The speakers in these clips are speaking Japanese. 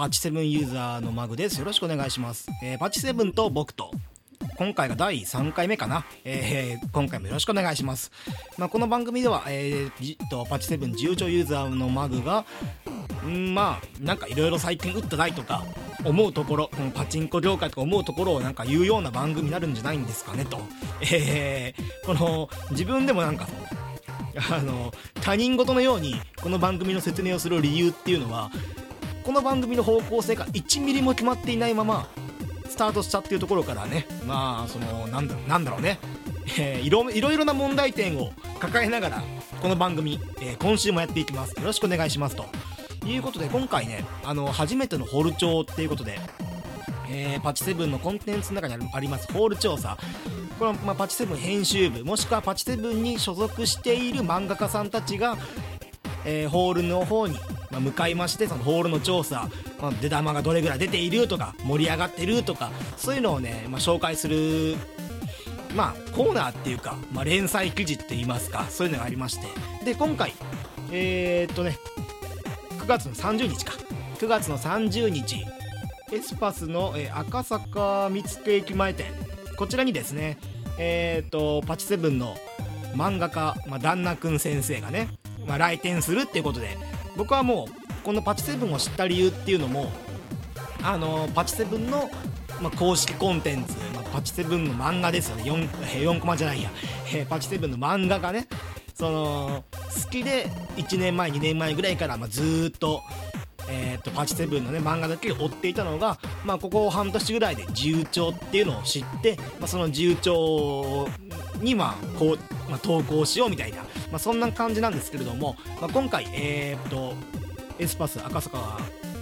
パチセブンユーザーのマグです。よろしくお願いします。パチセブンと僕と今回が第3回目かな、今回もよろしくお願いします。この番組では、パチセブン自由帳ユーザーのマグがなんかいろいろ最近打ったないとか思うところ、このパチンコ業界とか思うところをなんか言うような番組になるんじゃないんですかねと、この自分でもなんか他人事のようにこの番組の説明をする理由っていうのは、この番組の方向性が1ミリも決まっていないままスタートしたっていうところからね、なんだろうね、いろいろな問題点を抱えながらこの番組、今週もやっていきます。よろしくお願いしますということで、今回ね初めてのホール調っていうことで、パチセブンのコンテンツの中にありますホール調査、これはパチセブン編集部もしくはパチセブンに所属している漫画家さんたちが、ホールの方に向かいまして、そのホールの調査、出玉がどれぐらい出ているとか盛り上がってるとか、そういうのをね、紹介するコーナーっていうか、連載記事って言いますか、そういうのがありまして、で今回9月の30日か9月の30日エスパスの、赤坂見附駅前店、こちらにですね、パチセブンの漫画家、旦那くん先生がね、来店するっていうことで、僕はもうこのパチセブンを知った理由っていうのもパチセブンの、公式コンテンツ、パチセブンの漫画ですよね。4コマじゃないや、パチセブンの漫画がね、好きで1年前2年前ぐらいから、ずーっとパチセブンのね漫画だけを追っていたのが、ここ半年ぐらいで自由帳っていうのを知って、その自由帳に投稿しようみたいな、そんな感じなんですけれども、今回エスパス赤坂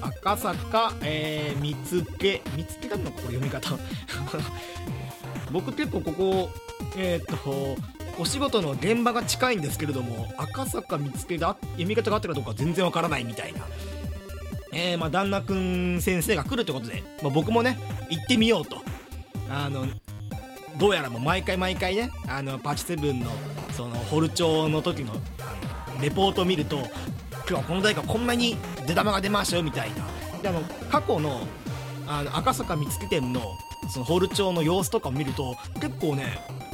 見つけだったのか、これ読み方僕結構ここお仕事の現場が近いんですけれども、赤坂見つけだ読み方があってるかどうか全然わからないみたいな、旦那くん先生が来るってことで、僕もね行ってみようと、どうやらもう毎回ねパチセブンのそのホル調の時のレポートを見ると、今日はこの大会こんなに出玉が出ましたよみたいな、で過去の赤坂見附店のそのホル調の様子とかを見ると、結構ね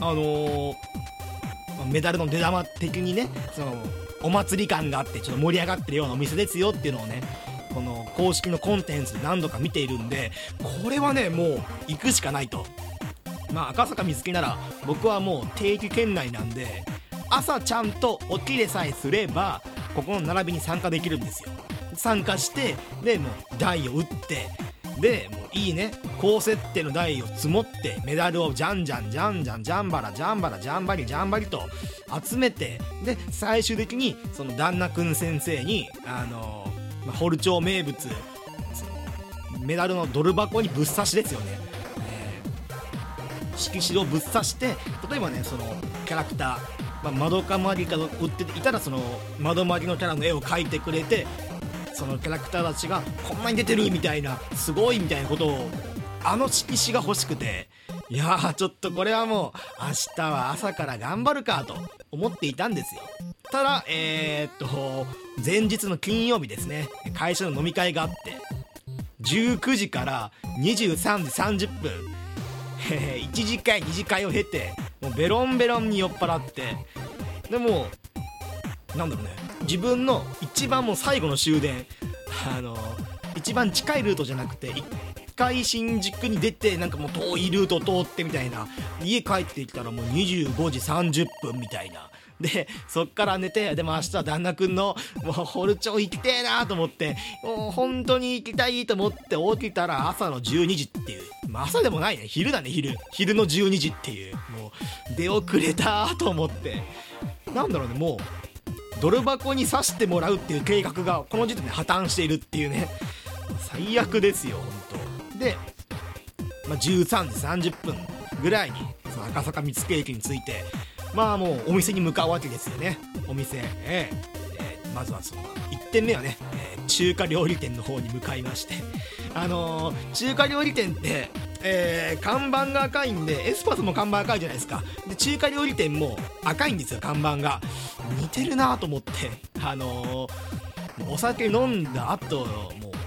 メダルの出玉的にね、そのお祭り感があってちょっと盛り上がってるようなお店ですよっていうのをね、この公式のコンテンツで何度か見ているんで、これはねもう行くしかないと。赤坂見附なら僕はもう定期圏内なんで、朝ちゃんと起きれさえすればここの並びに参加できるんですよ。参加して、でもう台を打って、でもういいね高設定の台を積もってメダルをじゃんじゃんジャンバラジャンバリと集めて、で最終的にその旦那くん先生にホル調名物メダルのドル箱にぶっ刺しですよね、色紙をぶっ刺して、例えばねそのキャラクター、マドカマリカを売っていたらそのマドマリのキャラの絵を描いてくれて、そのキャラクターたちがこんなに出てるみたいな、すごいみたいなことを色紙が欲しくて、いやーちょっとこれはもう明日は朝から頑張るかと思っていたんですよ。ただ前日の金曜日ですね、会社の飲み会があって、19時から23時30分1次会2次会を経て、もうベロンベロンに酔っ払って、でもなんだろうね、自分の一番もう最後の終電、一番近いルートじゃなくて一回新宿に出て、なんかもう遠いルートを通ってみたいな、家帰ってきたらもう25時30分みたいなで、そっから寝て、でも明日は旦那くんのもうホル調行きてえなと思って、もう本当に行きたいと思って起きたら朝の12時っていう、朝でもないね、昼だね、昼の12時っていう、もう出遅れたと思って、なんだろうね、もうドル箱に刺してもらうっていう計画がこの時点で破綻しているっていうね、最悪ですよ本当で、13時30分ぐらいにその赤坂見附駅に着いて、もうお店に向かうわけですよね。お店、まずはその1店目はね、中華料理店の方に向かいまして、中華料理店って、看板が赤いんで、エスパスも看板赤いじゃないですか。で中華料理店も赤いんですよ、看板が。似てるなと思って、お酒飲んだ後もう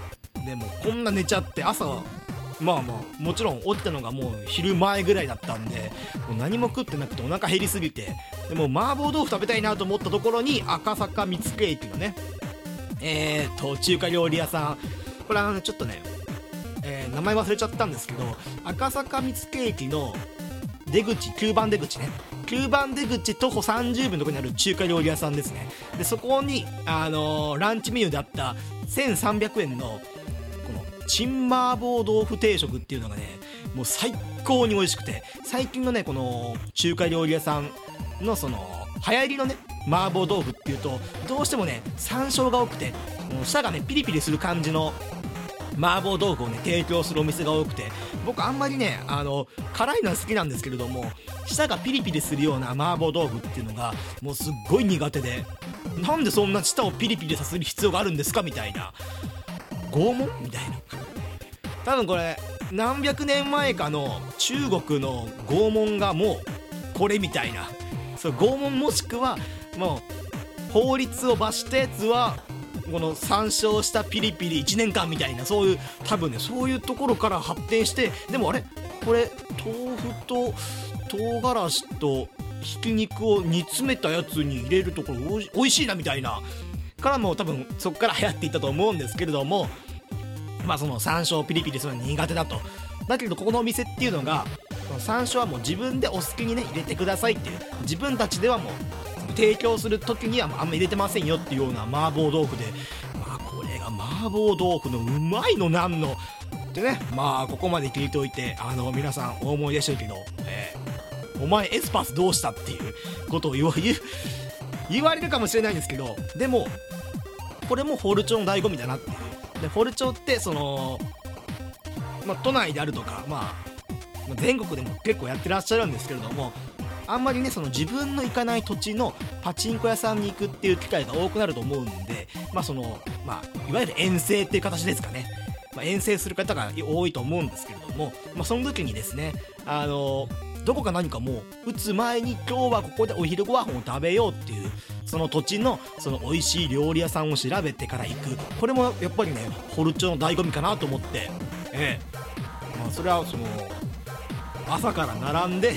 でもこんな寝ちゃって朝もちろん起きたのがもう昼前ぐらいだったんで、もう何も食ってなくてお腹減りすぎて、でも麻婆豆腐食べたいなと思ったところに赤坂見附駅のね中華料理屋さん、これちょっとね、名前忘れちゃったんですけど、赤坂見附駅の出口、9番出口ね、9番出口徒歩30分のところにある中華料理屋さんですね。でそこにランチメニューであった1300円のこの陳麻婆豆腐定食っていうのがね、もう最高に美味しくて、最近のねこの中華料理屋さんのその流行りのね麻婆豆腐っていうと、どうしてもね山椒が多くて、舌がねピリピリする感じの麻婆豆腐をね提供するお店が多くて、僕あんまりね辛いのは好きなんですけれども、舌がピリピリするような麻婆豆腐っていうのがもうすっごい苦手で、なんでそんな舌をピリピリさせる必要があるんですかみたいな、拷問みたいな、多分これ何百年前かの中国の拷問がもうこれみたいな、そう拷問もしくはもう法律を罰したやつはこの参照したピリピリ1年間みたいな、そういう多分ねそういうところから発展して、でもあれこれ豆腐と唐辛子とひき肉を煮詰めたやつに入れるところおいしいなみたいなからも多分そこから流行っていったと思うんですけれども、その山椒ピリピリするの苦手だと。だけどここのお店っていうのが山椒はもう自分でお好きにね入れてくださいっていう、自分たちではもう提供する時にはあんま入れてませんよっていうような麻婆豆腐で、これが麻婆豆腐のうまいのなんのってね、ここまで聞いておいて皆さんお思いでしょうけど、お前エスパスどうしたっていうことを言われるかもしれないんですけど、でもこれもフォルチョの醍醐味だなっていう。でフォルチョってその、都内であるとか、全国でも結構やってらっしゃるんですけれども、あんまりねその自分の行かない土地のパチンコ屋さんに行くっていう機会が多くなると思うんで、いわゆる遠征っていう形ですかね、遠征する方が多いと思うんですけれども、その時にですねどこか何かもう打つ前に今日はここでお昼ご飯を食べようっていう、その土地のその美味しい料理屋さんを調べてから行く、これもやっぱりねフォルチョの醍醐味かなと思って、それはその朝から並んで、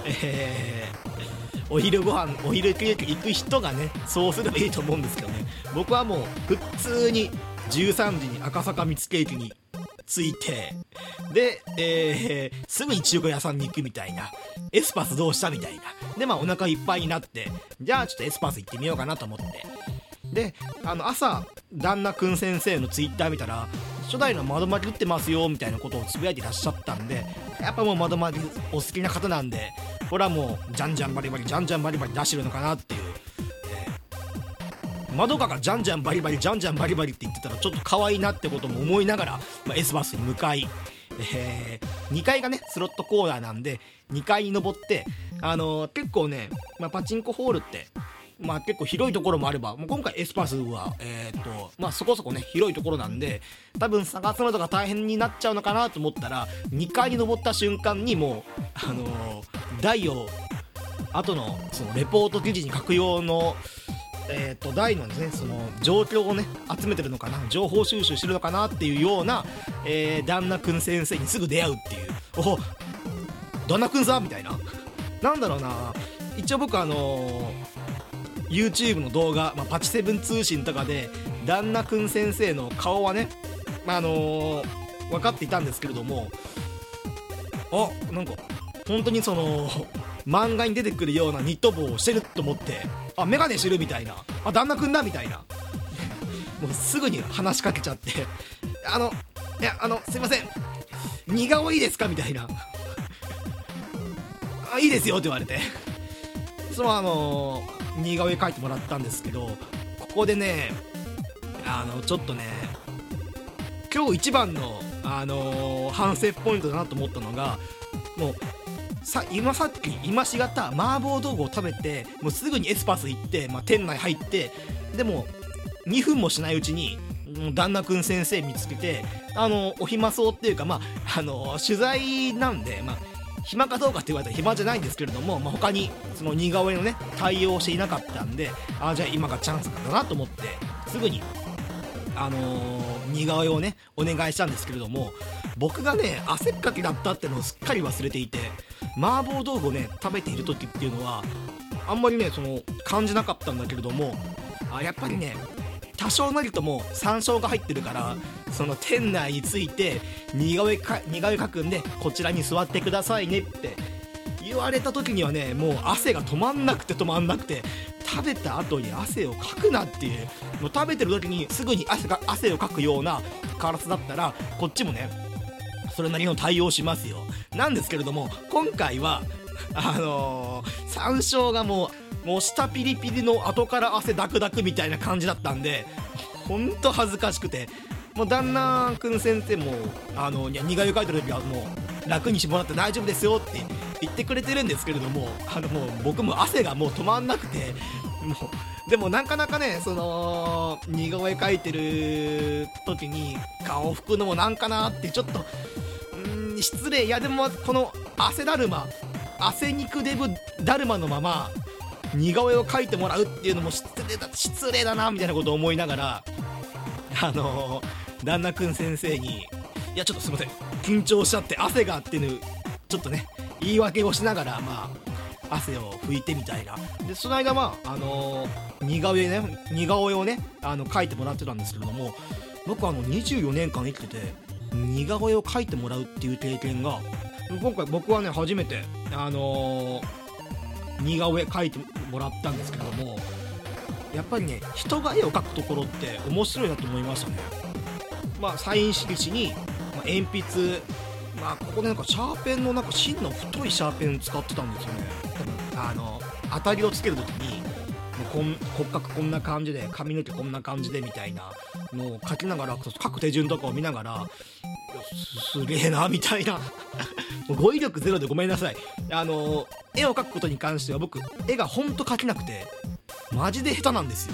お昼ご飯お昼休憩行く人がねそうすればいいと思うんですけどね、僕はもう普通に13時に赤坂見附駅に着いて、ですぐに中華屋さんに行くみたいな、エスパスどうしたみたいなで、お腹いっぱいになって、じゃあちょっとエスパス行ってみようかなと思って、で朝旦那くん先生のツイッター見たら初代の窓まり打ってますよみたいなことをつぶやいていらっしゃったんで、やっぱもう窓まりお好きな方なんで、これはもうじゃんじゃんバリバリじゃんじゃんバリバリ出してるのかなっていう、窓かがじゃんじゃんバリバリじゃんじゃんバリバリって言ってたらちょっと可愛いなってことも思いながら、エスバスに向かい、2階がねスロットコーナーなんで2階に登って、結構ね、パチンコホールって結構広いところもあれば、もう今回エスパスはそこそこね広いところなんで、多分探すのとか大変になっちゃうのかなと思ったら、2階に登った瞬間にもう台を後のそのレポート記事に書く用の台のですねその状況をね集めてるのかな、情報収集してるのかなっていうような、旦那くん先生にすぐ出会うっていう、お旦那くんさんみたいな、なんだろうな、一応僕YouTube の動画、パチセブン通信とかで旦那くん先生の顔はね、分かっていたんですけれども、なんか本当にその漫画に出てくるようなニット帽をしてると思って、メガネしてるみたいな、旦那くんだみたいなもうすぐに話しかけちゃって、いやすいません似顔いいですかみたいな、いいですよって言われて、その似顔絵描いてもらったんですけど、ここでねちょっとね今日一番の反省ポイントだなと思ったのが、もう今しがた麻婆豆腐を食べてもうすぐにエスパス行って、店内入って、でも2分もしないうちに旦那くん先生見つけて、お暇そうっていうか、取材なんで、暇かどうかって言われたら暇じゃないんですけれども、他にその似顔絵のね対応していなかったんで、じゃあ今がチャンスだなと思ってすぐに似顔絵をねお願いしたんですけれども、僕がね汗っかきだったってのをすっかり忘れていて、麻婆豆腐をね食べている時っていうのはあんまりね感じなかったんだけれども、やっぱりね多少なりとも山椒が入ってるから、その店内について似顔絵描くんでこちらに座ってくださいねって言われた時にはね、もう汗が止まんなくて食べた後に汗をかくなっていう、もう食べてる時にすぐに汗をかくような辛さだったらこっちもねそれなりの対応しますよ。なんですけれども、今回は山椒がもう下ピリピリの後から汗ダクダクみたいな感じだったんで、ほんと恥ずかしくて、もう旦那くん先生も似顔絵描いてる時はもう楽にしてもらって大丈夫ですよって言ってくれてるんですけれども、もう僕も汗がもう止まんなくて、でもなかなかね似顔絵描いてる時に顔を拭くのもなんかなってちょっと失礼。いやでもこの汗肉デブだるまのまま似顔絵を描いてもらうっていうのも失礼だなみたいなことを思いながら、旦那くん先生にいやちょっとすいません緊張しちゃって汗がっていうちょっとね言い訳をしながら汗を拭いてみたいな。でその間似顔絵をね描いてもらってたんですけれども、僕24年間生きてて似顔絵を描いてもらうっていう経験が今回僕はね初めて似顔絵描いてもらったんですけれども、やっぱりね人が絵を描くところって面白いなと思いましたね。サイン色紙に、鉛筆、ここでなんかシャーペンのなんか芯の太いシャーペン使ってたんですよね。当たりをつけるときに骨格こんな感じで髪の毛こんな感じでみたいなのを描きながら、書く手順とかを見ながらすげえなみたいなもう語彙力ゼロでごめんなさい。絵を描くことに関しては僕絵がほんと描けなくてマジで下手なんですよ。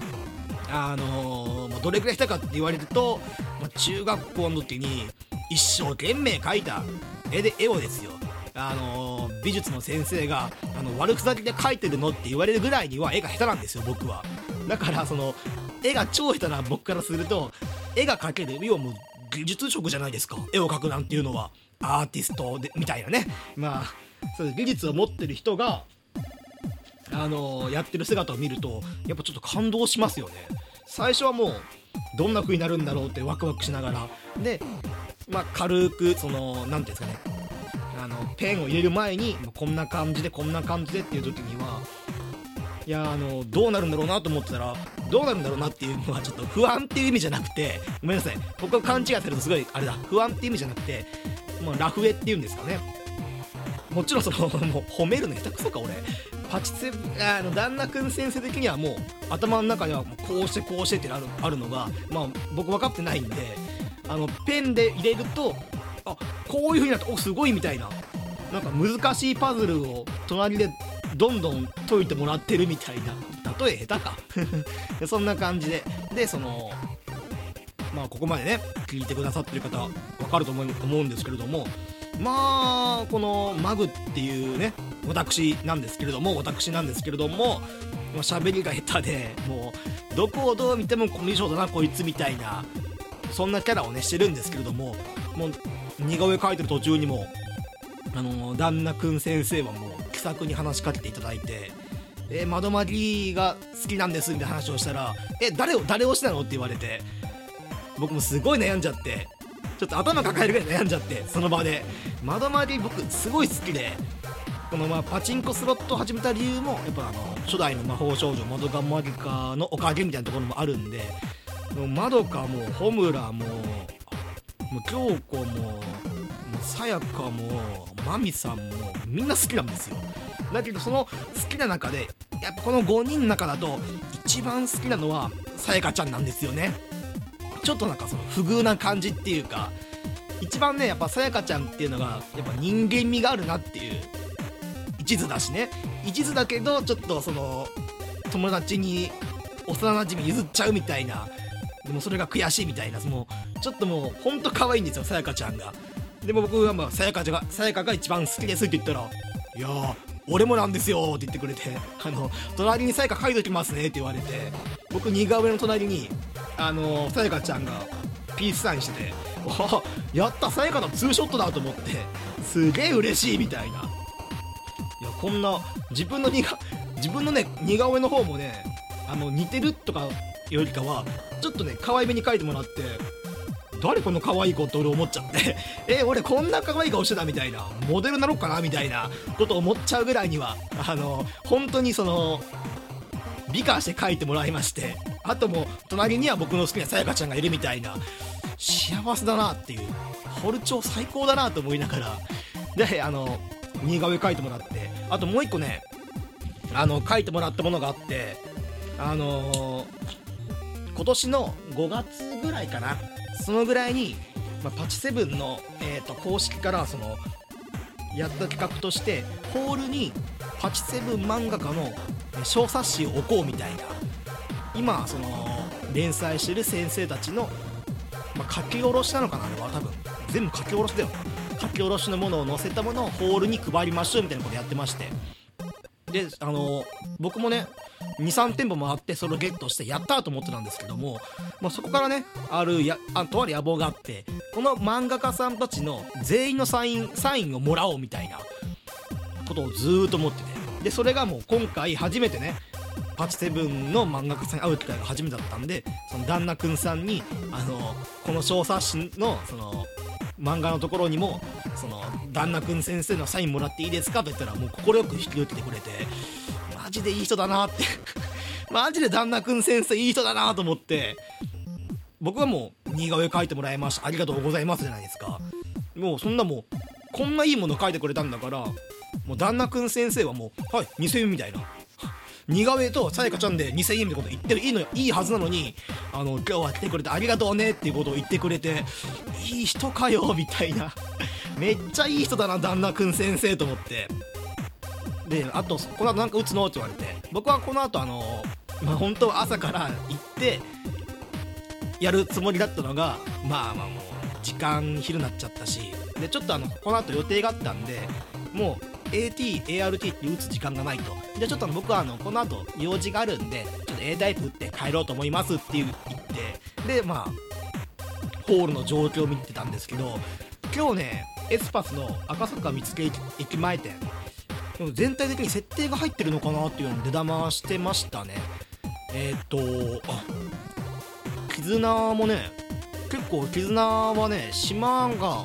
どれくらい下手かって言われると、中学校の時に一生懸命描いた絵をですよ、美術の先生が悪ふざけで描いてるのって言われるぐらいには絵が下手なんですよ僕は。だから絵が超下手な僕からすると、絵が描ける要はもう技術職じゃないですか、絵を描くなんていうのは。アーティストでみたいなね、そういう技術を持ってる人がやってる姿を見るとやっぱちょっと感動しますよね。最初はもうどんな風になるんだろうってワクワクしながらで、軽くなんていうんですかね、ペンを入れる前にこんな感じでっていう時にはいやどうなるんだろうなと思ってたら、どうなるんだろうなっていうのはちょっと不安っていう意味じゃなくて、ごめんなさい僕は勘違いされるとすごい不安っていう意味じゃなくて、ラフ絵っていうんですかね。もちろんもう褒めるの下手くそか俺。パチセ旦那くん先生的にはもう頭の中ではこうしてってあるのが僕分かってないんで、ペンで入れるとこういう風になってすごいみたいな、なんか難しいパズルを隣でどんどん解いてもらってるみたいな、例え下手かでそんな感じでここまでね聞いてくださってる方分かると思うんですけれども、このマグっていうね私なんですけれども喋りが下手で、もうどこをどう見てもコミュ障だなこいつみたいな、そんなキャラをねしてるんですけれども、もう似顔絵描いてる途中にも旦那くん先生はもう気さくに話しかけていただいて、窓まぎが好きなんですみたいな話をしたら、誰推しなのって言われて、僕もすごい悩んじゃって、ちょっと頭抱えるぐらい悩んじゃって、その場で窓まぎ僕すごい好きで、このパチンコスロットを始めた理由もやっぱ初代の魔法少女まどかマギカのおかげみたいなところもあるんで、まどかもホムラも京子もさやかもマミさんもみんな好きなんですよ。だけどその好きな中でやっぱこの5人の中だと一番好きなのはさやかちゃんなんですよね。ちょっとなんか不遇な感じっていうか、一番ねやっぱさやかちゃんっていうのがやっぱ人間味があるなっていう、一途だしね、一途だけどちょっと友達に幼馴染譲っちゃうみたいな、でもそれが悔しいみたいな、ちょっともうほんと可愛いんですよさやかちゃんが。でも僕はさやかが一番好きですって言ったら、いやー俺もなんですよって言ってくれて、隣にさやか書いときますねって言われて、僕似顔絵の隣にさやかちゃんがピースサインしてて、わやったさやかのツーショットだと思って、すげえ嬉しいみたいな。いやこんな自分のね似顔絵の方もね似てるとかよりかはちょっとね可愛めに描いてもらって、誰この可愛い子って俺思っちゃって俺こんな可愛い顔してたみたいな、モデルなのかなみたいなこと思っちゃうぐらいには本当に美化して描いてもらいまして、あともう隣には僕の好きなさやかちゃんがいるみたいな、幸せだなっていう、ホルチョ最高だなと思いながらで似顔絵描いてもらって、あともう一個ね描いてもらったものがあって、今年の5月ぐらいかな、そのぐらいに、パチセブンの、公式からやった企画として、ホールにパチセブン漫画家の小冊子を置こうみたいな、今連載してる先生たちの、書き下ろしなのかな、あれは多分全部書き下ろしだよね。書き下ろしのものを載せたものをホールに配りましょうみたいなことやってまして、で僕もね 2,3 店舗回ってそれをゲットしてやったーと思ってたんですけども、そこからねとある野望があって、この漫画家さんたちの全員のサインをもらおうみたいなことをずーっと思ってて、でそれがもう今回初めてねパチセブンの漫画家さんに会う機会が初めてだったんで、その旦那くんさんにこの小冊子の漫画のところにも旦那くん先生のサインもらっていいですかと言ったら、もう快く引き受けてくれて、マジでいい人だなってマジで旦那くん先生いい人だなと思って、僕はもう似顔絵描いてもらいました、ありがとうございますじゃないですか。もうそんなもうこんないいもの描いてくれたんだから、もう旦那くん先生はもうはい2000円みたいな、似顔絵とさやかちゃんで2000円ってこと言ってるいいはずなのに、今日は来てくれてありがとうねっていうことを言ってくれて、いい人かよみたいなめっちゃいい人だな旦那くん先生と思って、であとこの後なんか打つのって言われて、僕はこの後本当は朝から行ってやるつもりだったのが、もう時間昼になっちゃったし、でちょっとこの後予定があったんで、もうAT、ART って打つ時間がないと。でちょっと僕はこの後用事があるんで、ちょっと A タイプ打って帰ろうと思いますって言って、でホールの状況を見てたんですけど、今日ねエスパスの赤坂見附駅前店、全体的に設定が入ってるのかなっていうのを出玉してましたね。絆もね、結構絆はね、島が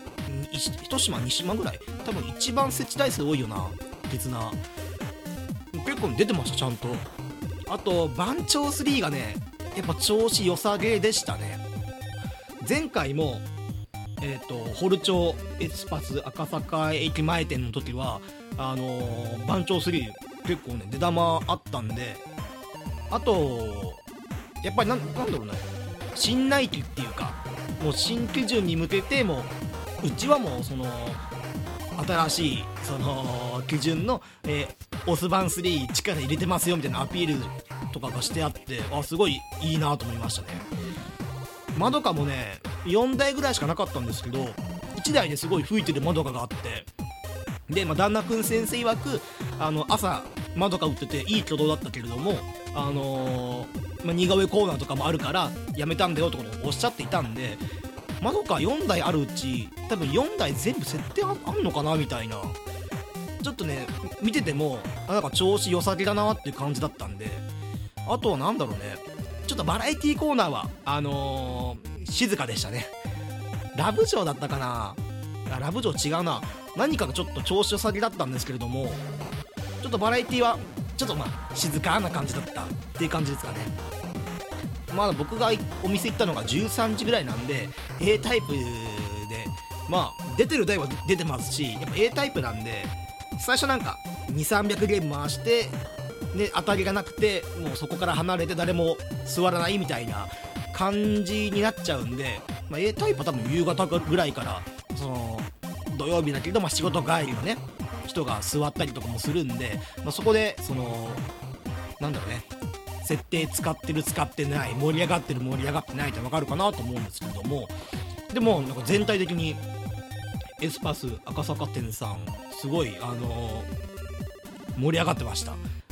1島2島ぐらい、多分一番設置台数多いよな絆。結構出てましたちゃんと。あと番長3がねやっぱ調子良さげでしたね。前回もホルチョエスパス赤坂駅前店の時は番長3結構ね出玉あったんで、あとやっぱりなんだろうね、新内規っていうか、もう新基準に向けてもうちはもう新しい基準の、オスバン3力入れてますよみたいなアピールとかがしてあって、すごいいいなと思いましたね。マドカもね4台ぐらいしかなかったんですけど、1台ですごい吹いてるマドカがあって、で、旦那くん先生曰く朝マドカ打ってていい挙動だったけれども、似顔絵コーナーとかもあるからやめたんだよとかおっしゃっていたんで、マドカ4台あるうち多分4台全部設定 あんのかなみたいな、ちょっとね見ててもなんか調子良さげだなっていう感じだったんで、あとはなんだろうね、ちょっとバラエティコーナーは静かでしたね。ラブ嬢だったかな、ラブ嬢違うな、何かがちょっと調子良さげだったんですけれども、ちょっとバラエティはちょっと静かな感じだったっていう感じですかね。まだ僕がお店行ったのが13時ぐらいなんで A タイプで、出てる台は出てますし、やっぱ A タイプなんで最初なんか 2,300 ゲーム回してで当たりがなくて、もうそこから離れて誰も座らないみたいな感じになっちゃうんで、A タイプは多分夕方ぐらいから土曜日だけど、仕事帰りのね人が座ったりとかもするんで、そこでなんだろうね、設定使ってる使ってない、盛り上がってる盛り上がってないって分かるかなと思うんですけれども、でもなんか全体的にエスパス赤坂店さんすごい盛り上がってました。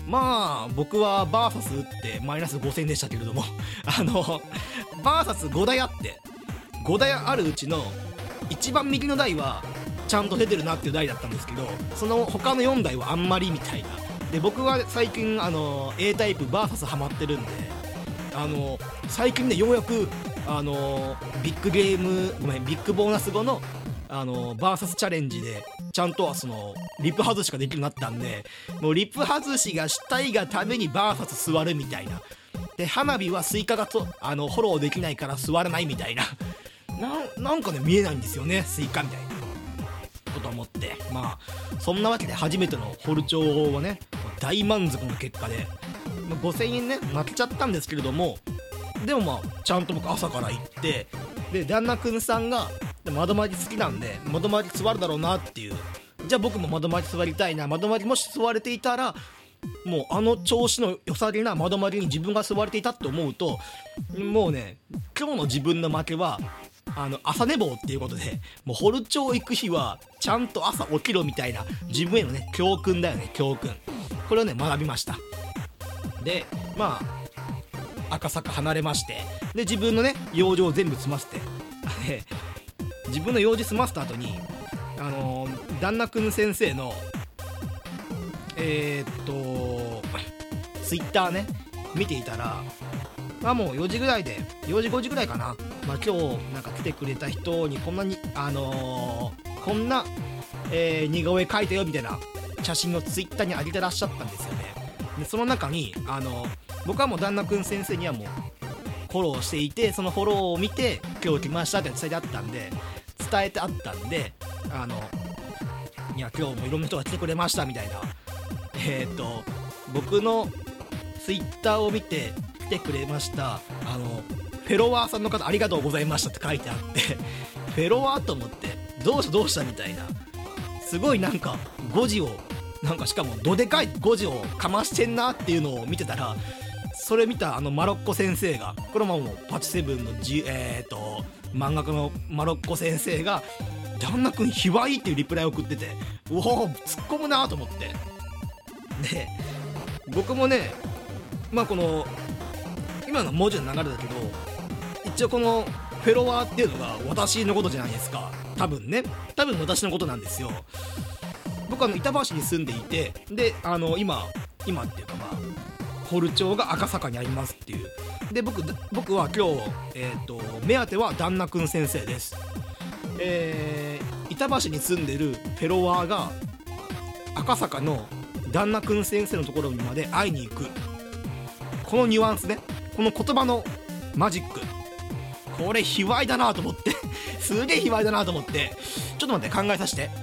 まあ僕はバーサス打ってマイナス5000でしたけれどもバーサス5台あって5台あるうちの一番右の台はちゃんと出てるなっていう台だったんですけど、その他の4台はあんまりみたいな。で僕は最近A タイプバーサスハマってるんで、最近ねようやくビッグゲームビッグボーナス後のバーサスチャレンジでちゃんとはそのリップ外しができるようになったんで、もうリップ外しがしたいがためにバーサス座るみたいな。で花火はスイカがフォローできないから座らないみたいななんかね見えないんですよね、スイカみたいなこと思って、まあそんなわけで初めてのホルチョはね大満足の結果で、5000円ね負けちゃったんですけれども、でもまあちゃんと僕朝から行って、で旦那くんさんが窓まり好きなんで窓まり座るだろうなっていう、じゃあ僕も窓まり座りたいな、窓まりもし座れていたらもう調子の良さげな窓まりに自分が座れていたって思うと、もうね今日の自分の負けは朝寝坊っていうことで、もうホルチョ行く日はちゃんと朝起きろみたいな自分へのね教訓だよね、教訓。これをね学びました。でまあ赤坂離れまして、で自分のね用事を全部済ませて自分の用事済ませた後に旦那くん先生のツイッターね見ていたら、まあもう4時ぐらいで4時5時ぐらいかな、まあ今日なんか来てくれた人にこんなにこんな、似顔絵描いたよみたいな写真をツイッターに上げてらっしゃったんですよね。でその中に僕はもう旦那くん先生にはもうフォローしていて、そのフォローを見て今日来ましたって伝えてあったんでいや今日もいろんな人が来てくれましたみたいな、僕のツイッターを見て来てくれましたフェロワーさんの方ありがとうございましたって書いてあって、フェロワーと思ってどうしたみたいな、すごいなんか5時をなんかしかもどでかい5時をかましてんなっていうのを見てたら、それ見たマロッコ先生が、これももうパチセブンの漫画家のマロッコ先生が旦那くん卑猥っていうリプライを送ってて、うお突っ込むなと思って、で僕もねまあこの今の文字の流れだけど、一応このフェロワーっていうのが私のことじゃないですか。多分私のことなんですよ。僕は板橋に住んでいて、で今っていうかまあホルチョが赤坂にありますっていう。で僕は今日目当ては旦那くん先生です。板橋に住んでるフェロワーが赤坂の旦那くん先生のところにまで会いに行く、このニュアンスね、この言葉のマジック、これ卑猥だなと思ってすげえ卑猥だなと思って、ちょっと待って考えさせて。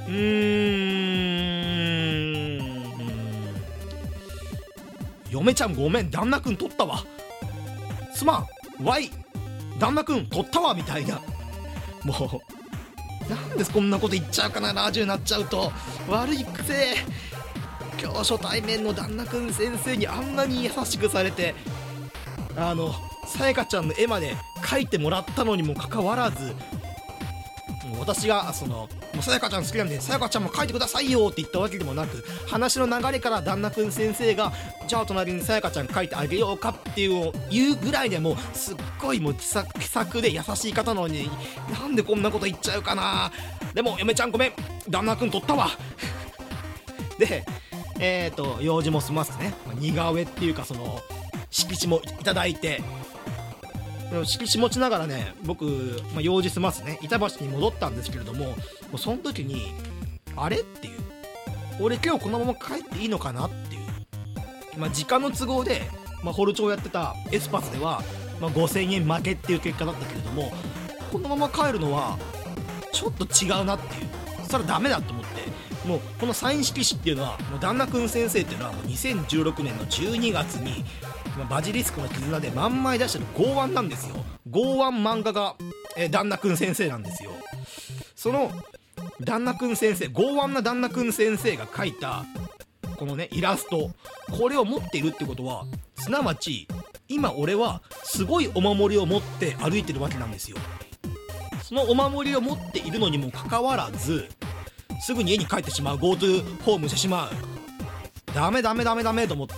嫁ちゃんごめん、旦那くん取ったわ、すまんわい、旦那くん取ったわみたいな、もうなんでこんなこと言っちゃうかな、ラジオになっちゃうと。悪い癖。今日初対面の旦那くん先生にあんなに優しくされて、さやかちゃんの絵まで描いてもらったのにもかかわらず、もう私がもうさやかちゃん好きなんでさやかちゃんも描いてくださいよって言ったわけでもなく、話の流れから旦那くん先生がじゃあ隣にさやかちゃん描いてあげようかっていうのを言うぐらいで、もうすっごいもう気さくで優しい方なのに、なんでこんなこと言っちゃうかな。でも嫁ちゃんごめん、旦那くん取ったわで用事も済ませてね、似顔絵っていうかその色紙もいただいて、色紙持ちながらね僕、用事済ますね板橋に戻ったんですけれども、その時にあれっていう、俺今日このまま帰っていいのかなっていう、時間の都合で、ホルチョやってたエスパスでは、5000円負けっていう結果だったけれども、このまま帰るのはちょっと違うなっていう、それはダメだと思って、もうこのサイン色紙っていうのはもう旦那くん先生っていうのはもう2016年の12月にバジリスクの絆で万枚出してる剛腕なんですよ。剛腕漫画が、旦那くん先生なんですよ。その旦那くん先生、剛腕な旦那くん先生が描いたこのねイラスト、これを持っているってことは、すなわち今俺はすごいお守りを持って歩いてるわけなんですよ。そのお守りを持っているのにもかかわらず、すぐに家に帰ってしまう、 GoTo ホームしてしまう、 ダメと思って、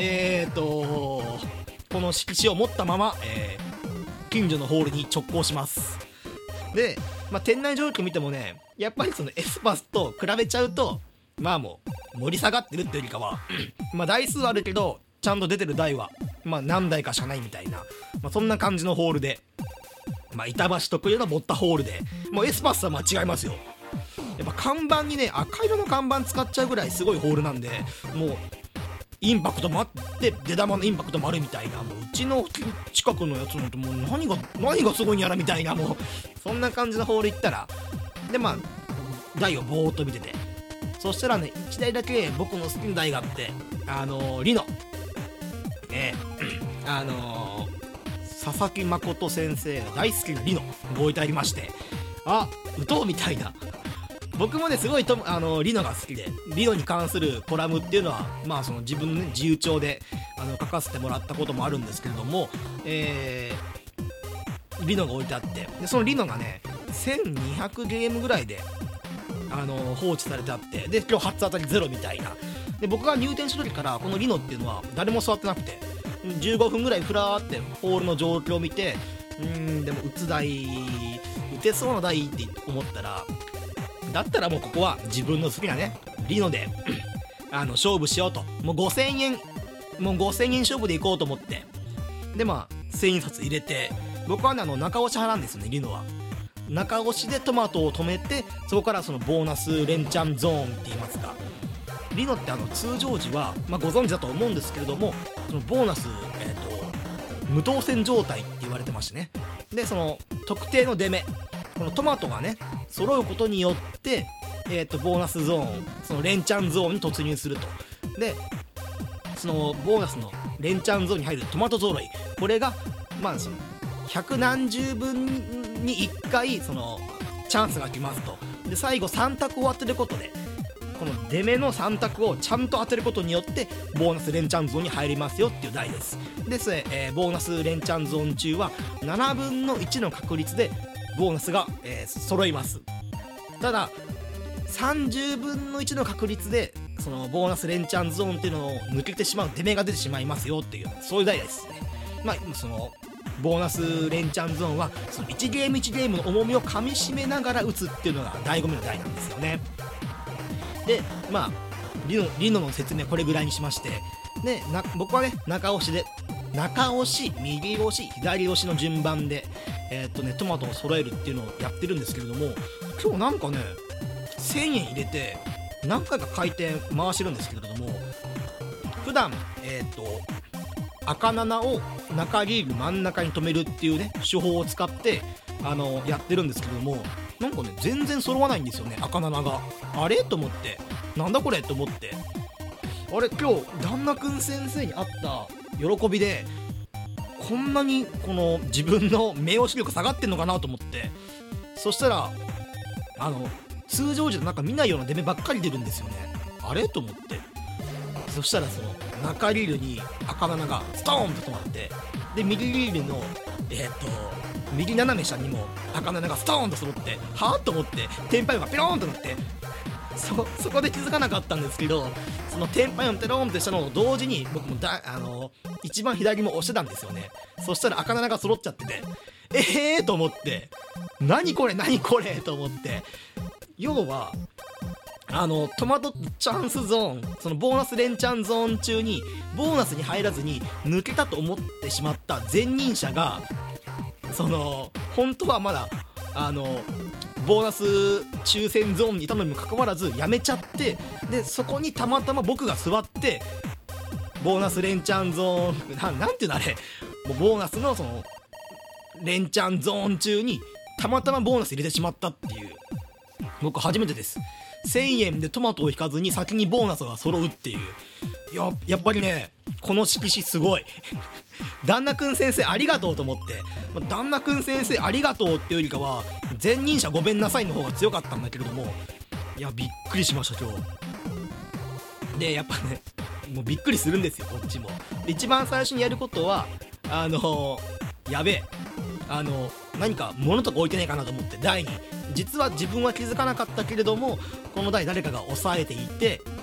この色紙を持ったまま、近所のホールに直行します。で、店内状況見てもね、やっぱりそのエスパスと比べちゃうと、もう盛り下がってるっていうよりかは台数あるけどちゃんと出てる台は何台かしかないみたいな、そんな感じのホールで、板橋特有の持ったホールで、もうエスパスは違いますよ。やっぱ看板にね、赤色の看板使っちゃうぐらいすごいホールなんで、もうインパクトもあって出玉のインパクトもあるみたいな、もううちの近くのやつなんてもう何がすごいんやらみたいな、もうそんな感じのホール行ったら、で台をぼーっと見てて、そしたらね、1台だけ僕の好きな台があって、リノ佐々木誠先生が大好きなリノが置いてありまして、打とうみたいな。僕もねすごいリノが好きで、リノに関するコラムっていうのはその自分の、自由帳で書かせてもらったこともあるんですけれども、リノが置いてあって、でそのリノがね1200ゲームぐらいで放置されてあって、で今日初当たりゼロみたいな。で僕が入店した時からこのリノっていうのは誰も座ってなくて、15分ぐらいふらーってホールの状況を見て、でも打てそうな台って思ったら、だったらもうここは自分の好きなねリノで勝負しようと、もう5000円勝負でいこうと思って、で1000円札入れて、僕はね中押し派なんですよね。リノは中押しでトマトを止めて、そこからそのボーナス連チャンゾーンって言いますか、リノって通常時は、ご存知だと思うんですけれども、そのボーナス、無当選状態って言われてましてね。でその特定の出目、このトマトがね揃うことによって、ボーナスゾーン、その連チャンゾーンに突入すると。でそのボーナスの連チャンゾーンに入るトマト揃い、これがその百何十分に1回そのチャンスが来ますと。で最後3択を当てることで、この出目の3択をちゃんと当てることによってボーナス連チャンゾーンに入りますよっていう題です。で、ボーナス連チャンゾーン中は7分の1の確率でボーナスが、揃います。ただ30分の1の確率でそのボーナス連チャンゾーンっていうのを抜けてしまう、出目が出てしまいますよっていう、そういう題ですね。そのボーナス連チャンゾーンはその1ゲーム1ゲームの重みをかみしめながら打つっていうのが醍醐味の題なんですよね。でリノの説明これぐらいにしまして、で僕はね中押し右押し左押しの順番でトマトを揃えるっていうのをやってるんですけれども、今日なんかね1000円入れて何回か回転回してるんですけれども、普段赤7を中リーグ真ん中に止めるっていうね手法を使ってやってるんですけれども、なんかね全然揃わないんですよね、赤7が。あれと思って、なんだこれと思って、あれ今日旦那くん先生に会った喜びでこんなにこの自分の名押し力下がってんのかなと思って、そしたら通常時となんか見ないような出目ばっかり出るんですよね。あれと思って、そしたらその中リールに赤7がストーンと止まって、で右リールの右斜め下にも赤7がストーンと揃って、はぁと思ってテンパイオンがピローンとなって、そこで気づかなかったんですけど、そのテンパイオンペローンってしたのを同時に僕も一番左も押してたんですよね。そしたら赤7が揃っちゃってて、と思って、何これと思って、要はトマトチャンスゾーン、そのボーナス連チャンゾーン中にボーナスに入らずに抜けたと思ってしまった前任者が、その本当はまだボーナス抽選ゾーンにいたのにもかかわらずやめちゃって、でそこにたまたま僕が座ってボーナス連チャンゾーンなんていうのあれ、もうボーナスのその連チャンゾーン中にたまたまボーナス入れてしまったっていう、僕初めてです。1000円でトマトを引かずに先にボーナスが揃うっていう。やっぱりねこの色紙すごい旦那くん先生ありがとうと思って、旦那くん先生ありがとうっていうよりかは前任者ごめんなさいの方が強かったんだけれども、いやびっくりしました今日で。やっぱねもうびっくりするんですよこっちも。で一番最初にやることはやべえ何か物とか置いてないかなと思って台に、実は自分は気づかなかったけれどもこの台誰かが押さえていて、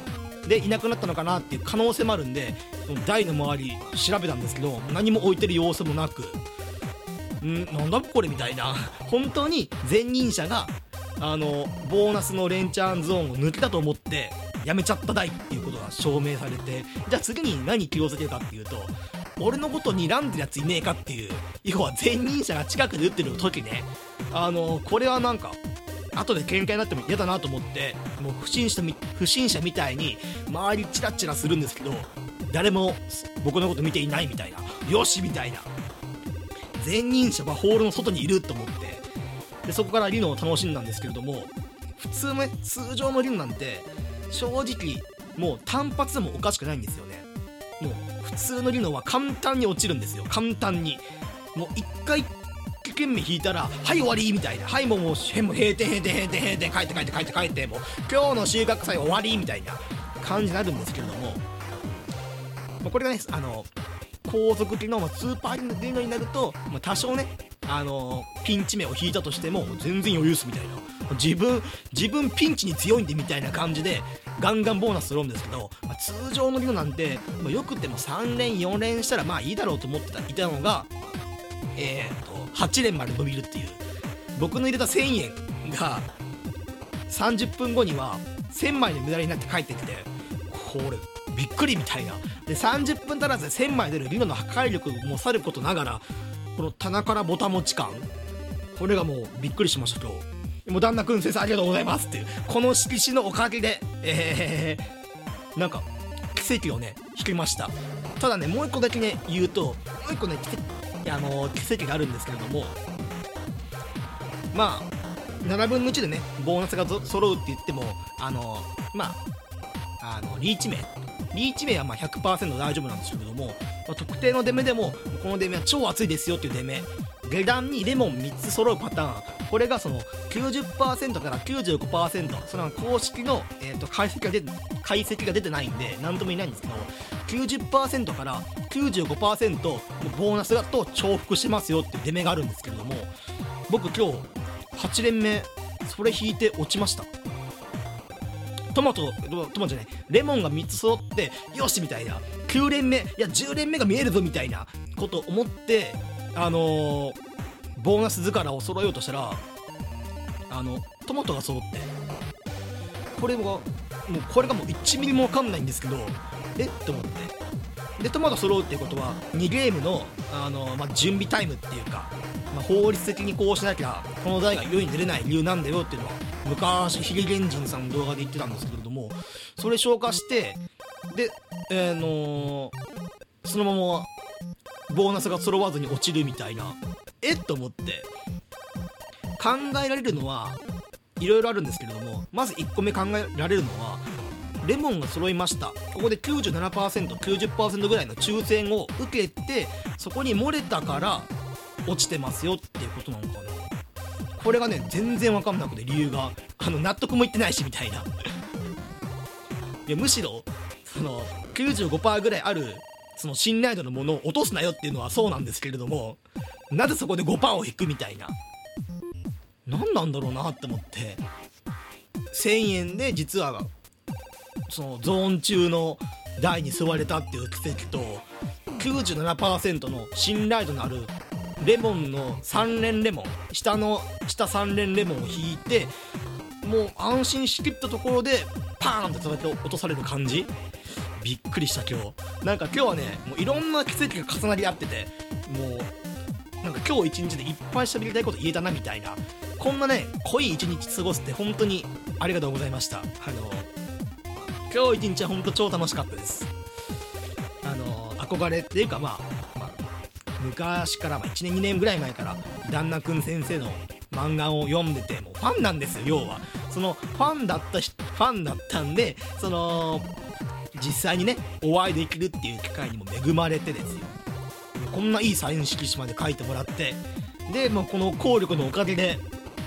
でいなくなったのかなっていう可能性もあるんで、その台の周り調べたんですけど、何も置いてる様子もなく、なんだこれみたいな。本当に前任者がボーナスの連チャンゾーンを抜けたと思ってやめちゃった台っていうことが証明されて、じゃあ次に何気をつけるかっていうと、俺のことに睨んでるやついねえかっていう、要は前任者が近くで打ってる時ね、これはなんか後で喧嘩になっても嫌だなと思って、もう不審者みたいに周りチラチラするんですけど、誰も僕のこと見ていないみたいな、よしみたいな、前任者はホールの外にいると思って、でそこからリノを楽しんだんですけれども、通常のリノなんて正直もう単発でもおかしくないんですよね。もう普通のリノは簡単に落ちるんですよ。簡単にもう一回一懸命引いたらはい終わりみたいな、はいもう閉店帰ってもう今日の収穫祭終わりみたいな感じになるんですけれども、これがね後続機のスーパーリノになると、多少ねピンチ目を引いたとしても全然余裕っすみたいな、自分ピンチに強いんでみたいな感じでガンガンボーナス取るんですけど、通常のリノなんてよくても3連4連したらいいだろうと思っていたのが8連まで伸びるっていう。僕の入れた1000円が30分後には1000枚のメダルになって帰ってきて、これびっくりみたいな。で30分足らずで1000枚出るリノの破壊力もさることながら、この棚からボタン持ち感、これがもうびっくりしました今日。もう旦那くん先生ありがとうございますっていう、この色紙のおかげでなんか奇跡をね引きました。ただね、もう一個だけね言うと、もう一個ね奇跡があるんですけれども、7分の1でねボーナスが揃うって言っても、リーチ名は100% 大丈夫なんですけれども、特定の出目でもこの出目は超熱いですよっていう出目、下段にレモン3つ揃うパターン、これがその 90% から 95%、 その公式の、解析が出てないんで何とも言えないんですけど、 90% から 95% のボーナスがと重複してますよっていう出目があるんですけれども、僕今日8連目それ引いて落ちました。トマトじゃない、レモンが3つ揃ってよしみたいな、9連目いや10連目が見えるぞみたいなこと思ってボーナス図柄を揃えようとしたらトマトが揃って、これがもう1ミリも分かんないんですけど、って思って、でトマト揃うっていうことは2ゲームの、準備タイムっていうか、法律的にこうしなきゃこの台が世に出れない理由なんだよっていうのは昔ヒゲゲンジンさんの動画で言ってたんですけれども、それ消化して、で、そのままボーナスが揃わずに落ちるみたいな、と思って考えられるのはいろいろあるんですけれども、まず1個目考えられるのは、レモンが揃いました、ここで 97%、90% ぐらいの抽選を受けて、そこに漏れたから落ちてますよっていうことなのかな。これがね全然分かんなくて、理由が納得もいってないしみたいな。いやむしろその 95% ぐらいあるその信頼度のものを落とすなよっていうのはそうなんですけれども、なぜそこで 5% を引くみたいな、何なんだろうなって思って、1000円で実はそのゾーン中の台に座れたっていう奇跡と、97% の信頼度のあるレモンの3連レモン、下3連レモンを引いて、もう安心しきったところでパーンって叩き落とされる感じ、びっくりした今日。なんか今日はねもういろんな奇跡が重なり合ってて、もうなんか今日一日でいっぱい喋りたいこと言えたなみたいな、こんなね濃い一日過ごすって本当にありがとうございました。今日一日は本当超楽しかったです。憧れっていうか昔から1年2年ぐらい前から旦那くん先生の漫画を読んでて、もうファンなんですよ。要はそのファンだったんで、その実際にねお会いできるっていう機会にも恵まれてですよ、こんないいサイン色紙まで書いてもらって、でもうこの効力のおかげで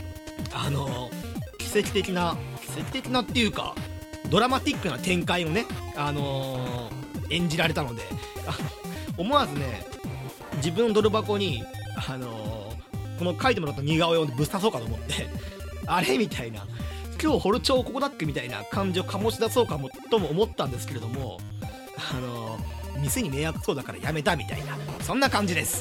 奇跡的なっていうかドラマティックな展開をね演じられたので、思わずね自分のドル箱にこの書いてもらった似顔絵をぶっ刺そうかと思ってあれみたいな、 今日ホル帳ここだっけみたいな感じを醸し出そうかもとも思ったんですけれども、店に迷惑そうだからやめたみたいな、そんな感じです。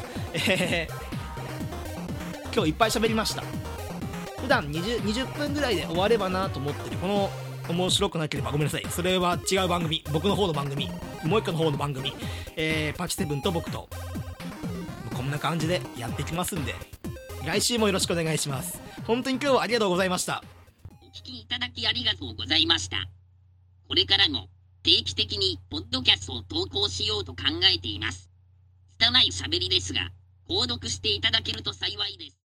今日いっぱい喋りました。普段20分ぐらいで終わればなと思ってるこの面白くなければごめんなさい、それは違う番組、僕の方の番組、もう一個の方の番組、パチセブンと僕とこんな感じでやっていきますんで、来週もよろしくお願いします。本当に今日はありがとうございました。 お聞きいただきありがとうございました。これからも定期的にポッドキャストを投稿しようと考えています。拙い喋りですが、購読していただけると幸いです。